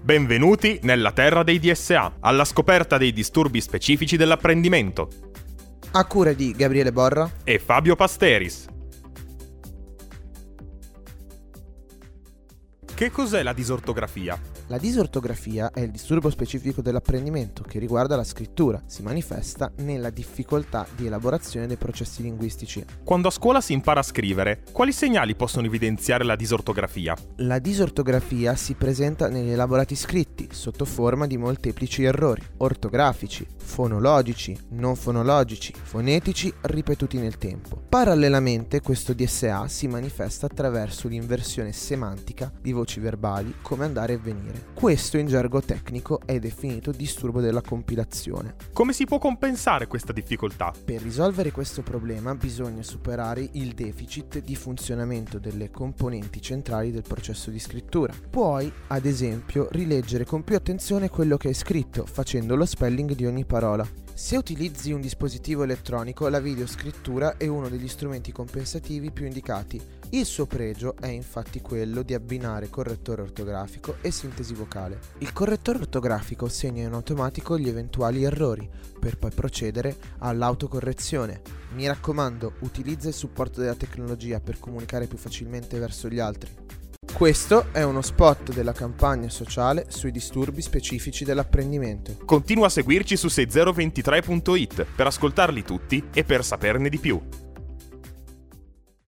Benvenuti nella terra dei DSA, alla scoperta dei disturbi specifici dell'apprendimento. A cura di Gabriele Borra e Fabio Pasteris. Che cos'è la disortografia? La disortografia è il disturbo specifico dell'apprendimento che riguarda la scrittura. Si manifesta nella difficoltà di elaborazione dei processi linguistici. Quando a scuola si impara a scrivere, quali segnali possono evidenziare la disortografia? La disortografia si presenta negli elaborati scritti sotto forma di molteplici errori ortografici, fonologici, non fonologici, fonetici ripetuti nel tempo. Parallelamente questo DSA si manifesta attraverso l'inversione semantica di voci verbali come andare e venire. Questo in gergo tecnico è definito disturbo della compilazione. Come si può compensare questa difficoltà? Per risolvere questo problema bisogna superare il deficit di funzionamento delle componenti centrali del processo di scrittura. Puoi, ad esempio, rileggere con più attenzione quello che hai scritto, facendo lo spelling di ogni parola. Se utilizzi un dispositivo elettronico, la videoscrittura è uno degli strumenti compensativi più indicati. Il suo pregio è infatti quello di abbinare correttore ortografico e sintesi vocale. Il correttore ortografico segna in automatico gli eventuali errori, per poi procedere all'autocorrezione. Mi raccomando, utilizza il supporto della tecnologia per comunicare più facilmente verso gli altri. Questo è uno spot della campagna sociale sui disturbi specifici dell'apprendimento. Continua a seguirci su 6023.it per ascoltarli tutti e per saperne di più.